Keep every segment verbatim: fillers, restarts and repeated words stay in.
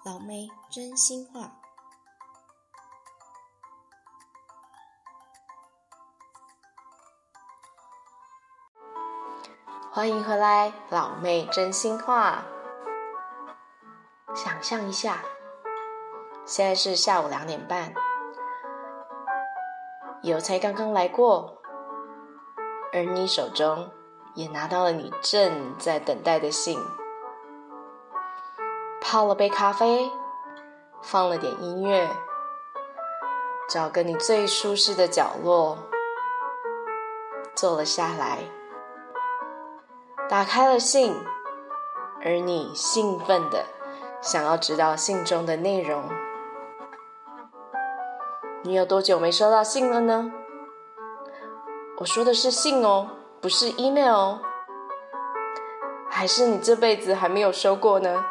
老妹真心话。欢迎回来，老妹真心话。想象一下，现在是下午两点半，邮差刚刚来过，而你手中也拿到了你正在等待的信。泡了杯咖啡，放了点音乐，找个你最舒适的角落，坐了下来，打开了信，而你兴奋的想要知道信中的内容。你有多久没收到信了呢？我说的是信哦，不是 email 哦。还是你这辈子还没有收过呢？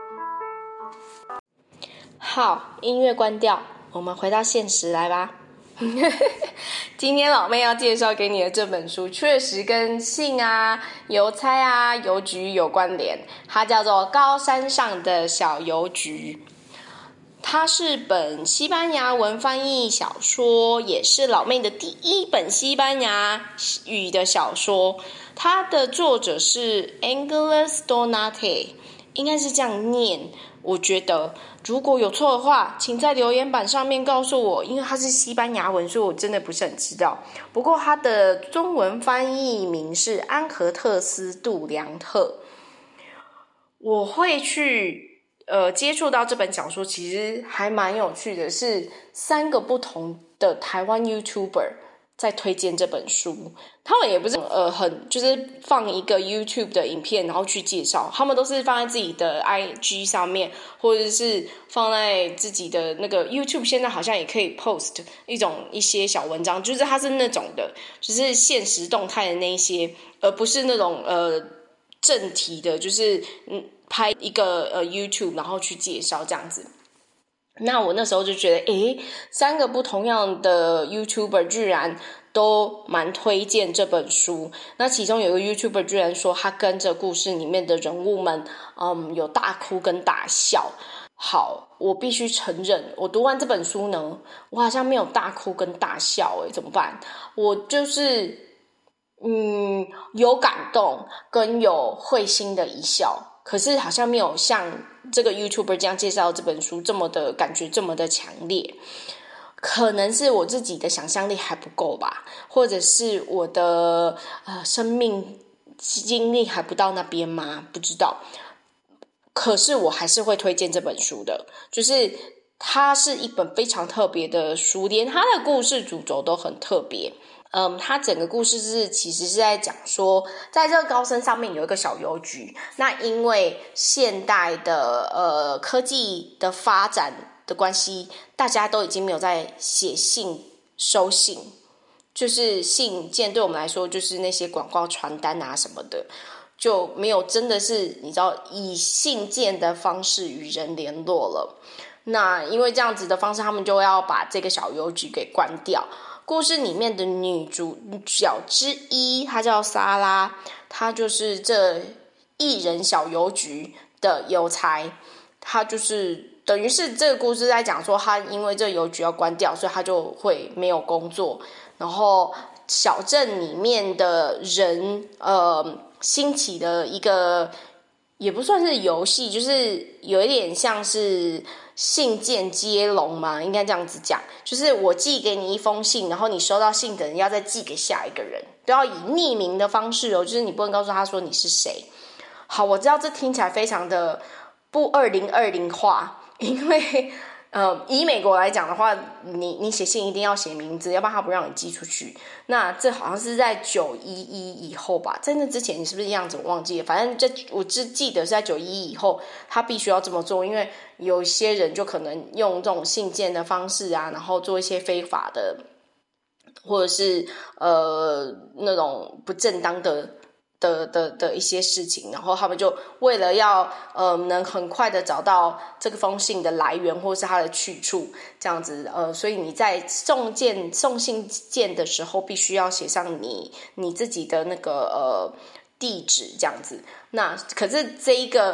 好，音乐关掉，我们回到现实来吧。今天老妹要介绍给你的这本书确实跟信啊、邮差啊、邮局有关联，它叫做《高山上的小邮局》。它是本西班牙文翻译小说，也是老妹的第一本西班牙语的小说。它的作者是 Ángeles Donate， 应该是这样念。我觉得如果有错的话，请在留言板上面告诉我，因为它是西班牙文，所以我真的不是很知道。不过它的中文翻译名是安和特斯·杜良特。我会去呃接触到这本小说，其实还蛮有趣的，是三个不同的台湾 YouTuber 在推荐这本书。他们也不是呃很就是放一个 YouTube 的影片然后去介绍，他们都是放在自己的 I G 上面，或者是放在自己的那个 YouTube， 现在好像也可以 post 一种一些小文章，就是它是那种的就是现实动态的那一些，而不是那种呃正题的，就是嗯拍一个呃 YouTube 然后去介绍这样子。那我那时候就觉得诶，三个不同样的 YouTuber 居然都蛮推荐这本书。那其中有一个 YouTuber 居然说他跟着故事里面的人物们嗯，有大哭跟大笑。好，我必须承认，我读完这本书呢，我好像没有大哭跟大笑诶，怎么办？我就是嗯有感动跟有会心的一笑，可是好像没有像这个 YouTuber 这样介绍这本书这么的感觉这么的强烈。可能是我自己的想象力还不够吧，或者是我的呃生命经历还不到那边吗？不知道。可是我还是会推荐这本书的，就是它是一本非常特别的书，连它的故事主轴都很特别。嗯，它整个故事是其实是在讲说，在这个高山上面有一个小邮局，那因为现代的呃科技的发展的关系，大家都已经没有在写信收信，就是信件对我们来说就是那些广告传单啊什么的，就没有真的是你知道以信件的方式与人联络了。那因为这样子的方式，他们就要把这个小邮局给关掉。故事里面的女主角之一，她叫莎拉，她就是这一人小邮局的邮差。她就是等于是这个故事在讲说，她因为这个邮局要关掉，所以她就会没有工作。然后小镇里面的人，呃，兴起的一个也不算是游戏，就是有一点像是信件接龙嘛，应该这样子讲，就是我寄给你一封信，然后你收到信的人要再寄给下一个人，都要以匿名的方式哦，就是你不能告诉他说你是谁。好，我知道这听起来非常的不二零二零化，因为呃，以美国来讲的话，你你写信一定要写名字，要不然他不让你寄出去。那这好像是在九一一以后吧，在那之前你是不是这样子？我忘记了，反正这我只记得是在九一一以后，他必须要这么做，因为有一些人就可能用这种信件的方式啊，然后做一些非法的，或者是呃那种不正当的。的的的一些事情，然后他们就为了要呃能很快的找到这个封信的来源或是它的去处，这样子呃，所以你在送件送信件的时候，必须要写上你你自己的那个呃地址这样子。那可是这一个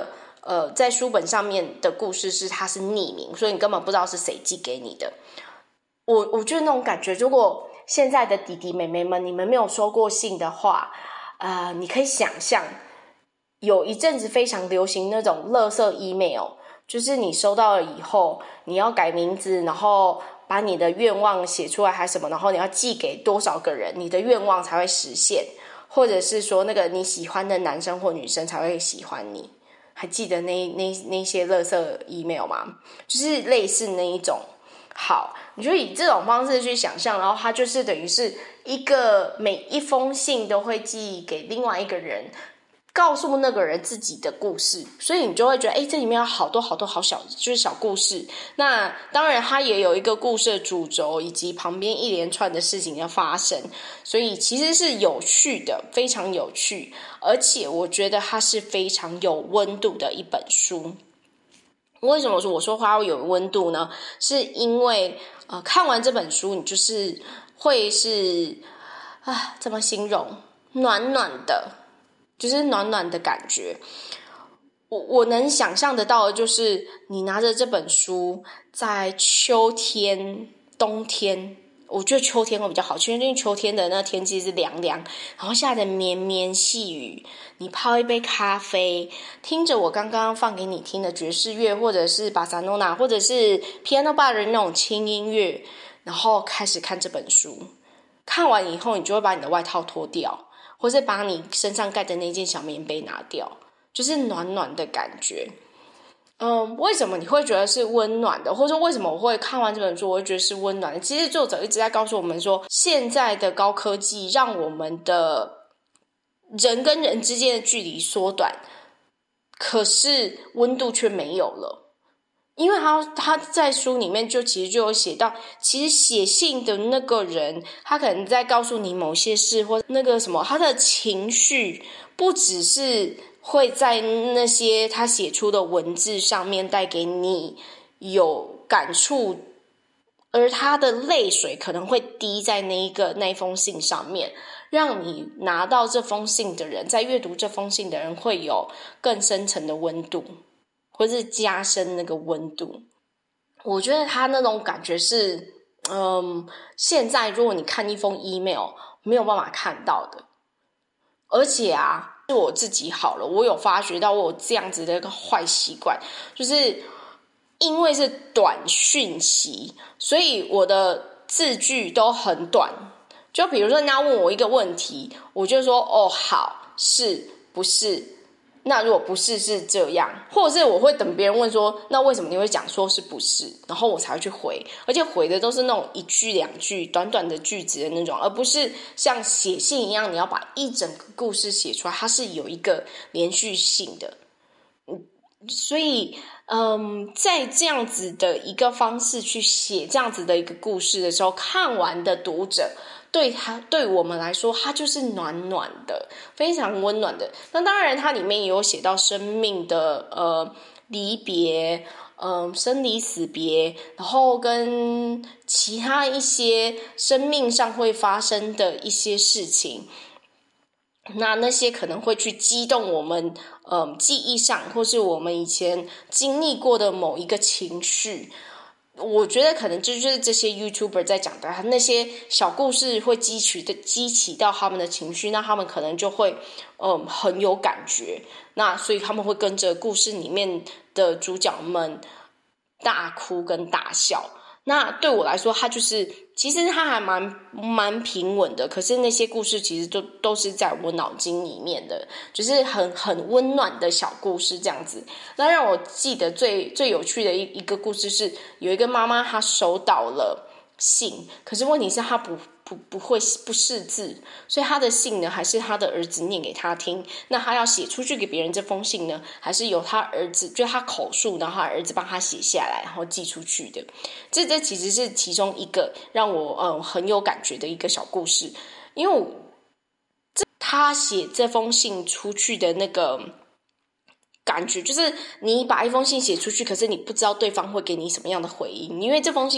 呃，在书本上面的故事是它是匿名，所以你根本不知道是谁寄给你的。我我觉得那种感觉，如果现在的弟弟妹妹们，你们没有收过信的话，呃，你可以想象，有一阵子非常流行那种垃圾 email， 就是你收到了以后，你要改名字，然后把你的愿望写出来还是什么，然后你要寄给多少个人，你的愿望才会实现，或者是说那个你喜欢的男生或女生才会喜欢你。还记得那那那些垃圾 email 吗？就是类似那一种。好，你就以这种方式去想象，然后它就是等于是一个每一封信都会寄给另外一个人，告诉那个人自己的故事，所以你就会觉得诶，这里面有好多好多好小，就是小故事。那当然它也有一个故事的主轴，以及旁边一连串的事情要发生，所以其实是有趣的，非常有趣，而且我觉得它是非常有温度的一本书。为什么说我说它会有温度呢？是因为呃，看完这本书，你就是会是啊，怎么形容？暖暖的，就是暖暖的感觉。我我能想象得到的就是，你拿着这本书，在秋天、冬天，我觉得秋天会比较好，因为秋天的那天气是凉凉，然后下着绵绵细雨，你泡一杯咖啡，听着我刚刚放给你听的爵士乐，或者是巴萨诺纳，或者是 Piano Bar 的那种轻音乐，然后开始看这本书。看完以后，你就会把你的外套脱掉，或是把你身上盖的那件小棉被拿掉，就是暖暖的感觉。嗯，为什么你会觉得是温暖的，或者为什么我会看完这本书我会觉得是温暖的？其实作者一直在告诉我们说，现在的高科技让我们的人跟人之间的距离缩短，可是温度却没有了。因为他他在书里面就其实就有写到，其实写信的那个人，他可能在告诉你某些事，或那个什么，他的情绪不只是会在那些他写出的文字上面带给你有感触，而他的泪水可能会滴在那一个那封信上面，让你拿到这封信的人，在阅读这封信的人会有更深层的温度，或是加深那个温度。我觉得他那种感觉是嗯，现在如果你看一封 email 没有办法看到的。而且啊，是我自己好了，我有发觉到我有这样子的一个坏习惯，就是因为是短讯息，所以我的字句都很短。就比如说人家问我一个问题，我就说哦好，是不是？那如果不是是这样，或者是我会等别人问说那为什么你会讲说是不是，然后我才会去回，而且回的都是那种一句两句短短的句子的那种，而不是像写信一样你要把一整个故事写出来，它是有一个连续性的。所以嗯，在这样子的一个方式去写这样子的一个故事的时候，看完的读者对他对我们来说，它就是暖暖的，非常温暖的。那当然它里面也有写到生命的呃离别，嗯、呃，生离死别，然后跟其他一些生命上会发生的一些事情，那那些可能会去激动我们嗯，记忆上或是我们以前经历过的某一个情绪，我觉得可能就是这些 YouTuber 在讲的那些小故事会激起的激起到他们的情绪，那他们可能就会嗯很有感觉，那所以他们会跟着故事里面的主角们大哭跟大笑。那对我来说，它就是其实它还蛮蛮平稳的，可是那些故事其实都都是在我脑筋里面的，就是很很温暖的小故事这样子。那让我记得最最有趣的一一个故事是，有一个妈妈她手倒了信，可是问题是她不不不会不识字，所以她的信呢还是她的儿子念给她听。那她要写出去给别人这封信呢，还是由她儿子就她口述，然后她儿子帮她写下来，然后寄出去的。这这其实是其中一个让我嗯很有感觉的一个小故事，因为我这他写这封信出去的那个感觉，就是你把一封信写出去，可是你不知道对方会给你什么样的回应，因为这封信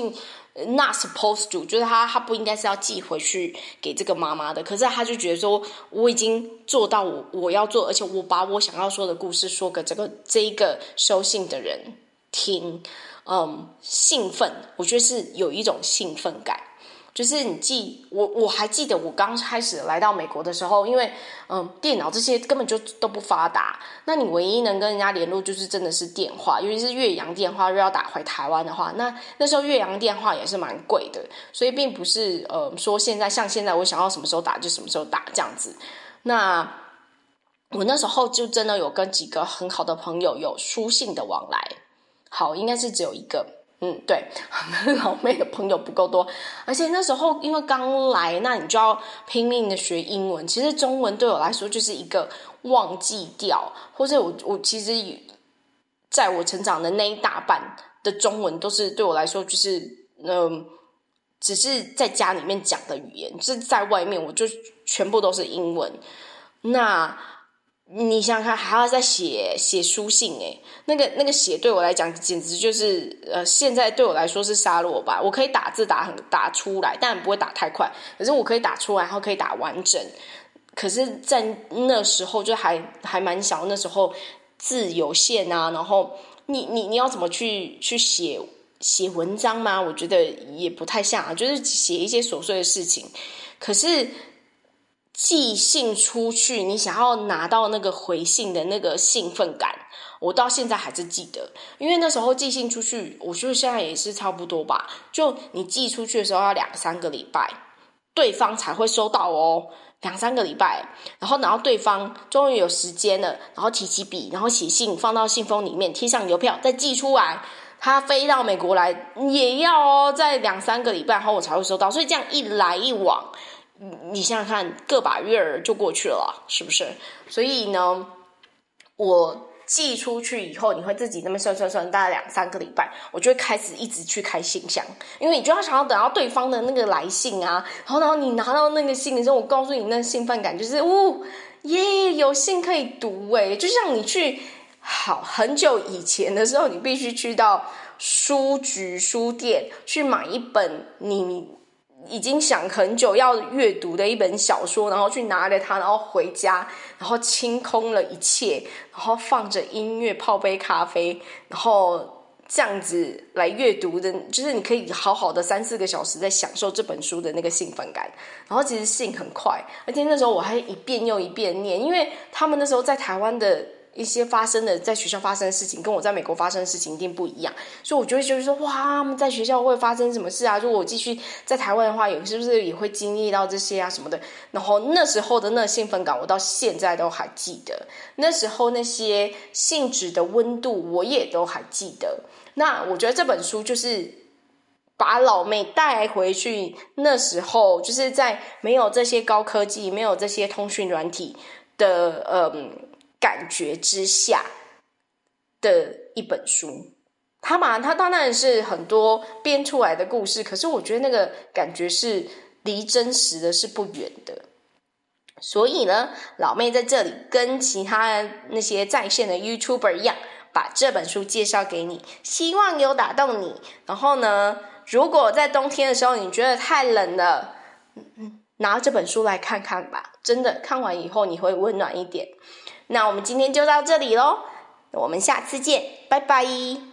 not supposed to， 就是他他不应该是要寄回去给这个妈妈的，可是他就觉得说我已经做到我我要做，而且我把我想要说的故事说给这个这一个收信的人听，嗯，兴奋，我觉得是有一种兴奋感。就是你记我我还记得我刚开始来到美国的时候，因为嗯电脑这些根本就都不发达，那你唯一能跟人家联络就是真的是电话，尤其是越洋电话，又要打回台湾的话，那那时候越洋电话也是蛮贵的，所以并不是呃说现在像现在我想要什么时候打就什么时候打这样子。那我那时候就真的有跟几个很好的朋友有书信的往来，好，应该是只有一个。嗯，对，老妹的朋友不够多，而且那时候因为刚来，那你就要拼命的学英文。其实中文对我来说就是一个忘记掉，或者我我其实在我成长的那一大半的中文都是对我来说就是嗯、呃，只是在家里面讲的语言，就是在外面我就全部都是英文。那你想想看，还要再写写书信诶，那个那个写对我来讲简直就是呃，现在对我来说是沙漏吧。我可以打字打很打出来，但不会打太快，可是我可以打出来，然后可以打完整。可是在那时候就还还蛮小，那时候字有限啊，然后你你你要怎么去去写写文章吗？我觉得也不太像啊，就是写一些琐碎的事情。可是寄信出去，你想要拿到那个回信的那个兴奋感，我到现在还是记得。因为那时候寄信出去，我觉得现在也是差不多吧，就你寄出去的时候要两三个礼拜，对方才会收到哦，两三个礼拜，然后然后对方终于有时间了，然后提起笔，然后写信放到信封里面，贴上邮票，再寄出来。他飞到美国来也要哦，在两三个礼拜后我才会收到，所以这样一来一往，你想想看，个把月儿就过去了，是不是？所以呢，我寄出去以后，你会自己那么算算算，大概两三个礼拜，我就会开始一直去开信箱，因为你就要想要等到对方的那个来信啊，然后然后你拿到那个信的时候，我告诉你那兴奋感就是，哦耶，有信可以读诶，就像你去好很久以前的时候，你必须去到书局书店去买一本你已经想很久要阅读的一本小说，然后去拿着它，然后回家，然后清空了一切，然后放着音乐，泡杯咖啡，然后这样子来阅读的，就是你可以好好的三四个小时在享受这本书的那个兴奋感。然后其实信很快，而且那时候我还一遍又一遍念，因为他们那时候在台湾的一些发生的在学校发生的事情跟我在美国发生的事情一定不一样，所以我就会觉得说，哇，他们在学校会发生什么事啊，如果我继续在台湾的话，也是不是也会经历到这些啊什么的。然后那时候的那兴奋感我到现在都还记得，那时候那些信纸的温度我也都还记得。那我觉得这本书就是把老妹带回去，那时候就是在没有这些高科技，没有这些通讯软体的嗯感觉之下的一本书。它嘛，它当然是很多编出来的故事，可是我觉得那个感觉是离真实的是不远的。所以呢，老妹在这里跟其他那些在线的 YouTuber 一样，把这本书介绍给你，希望有打动你。然后呢，如果在冬天的时候你觉得太冷了，拿这本书来看看吧，真的看完以后你会温暖一点。那我们今天就到这里咯，我们下次见，拜拜。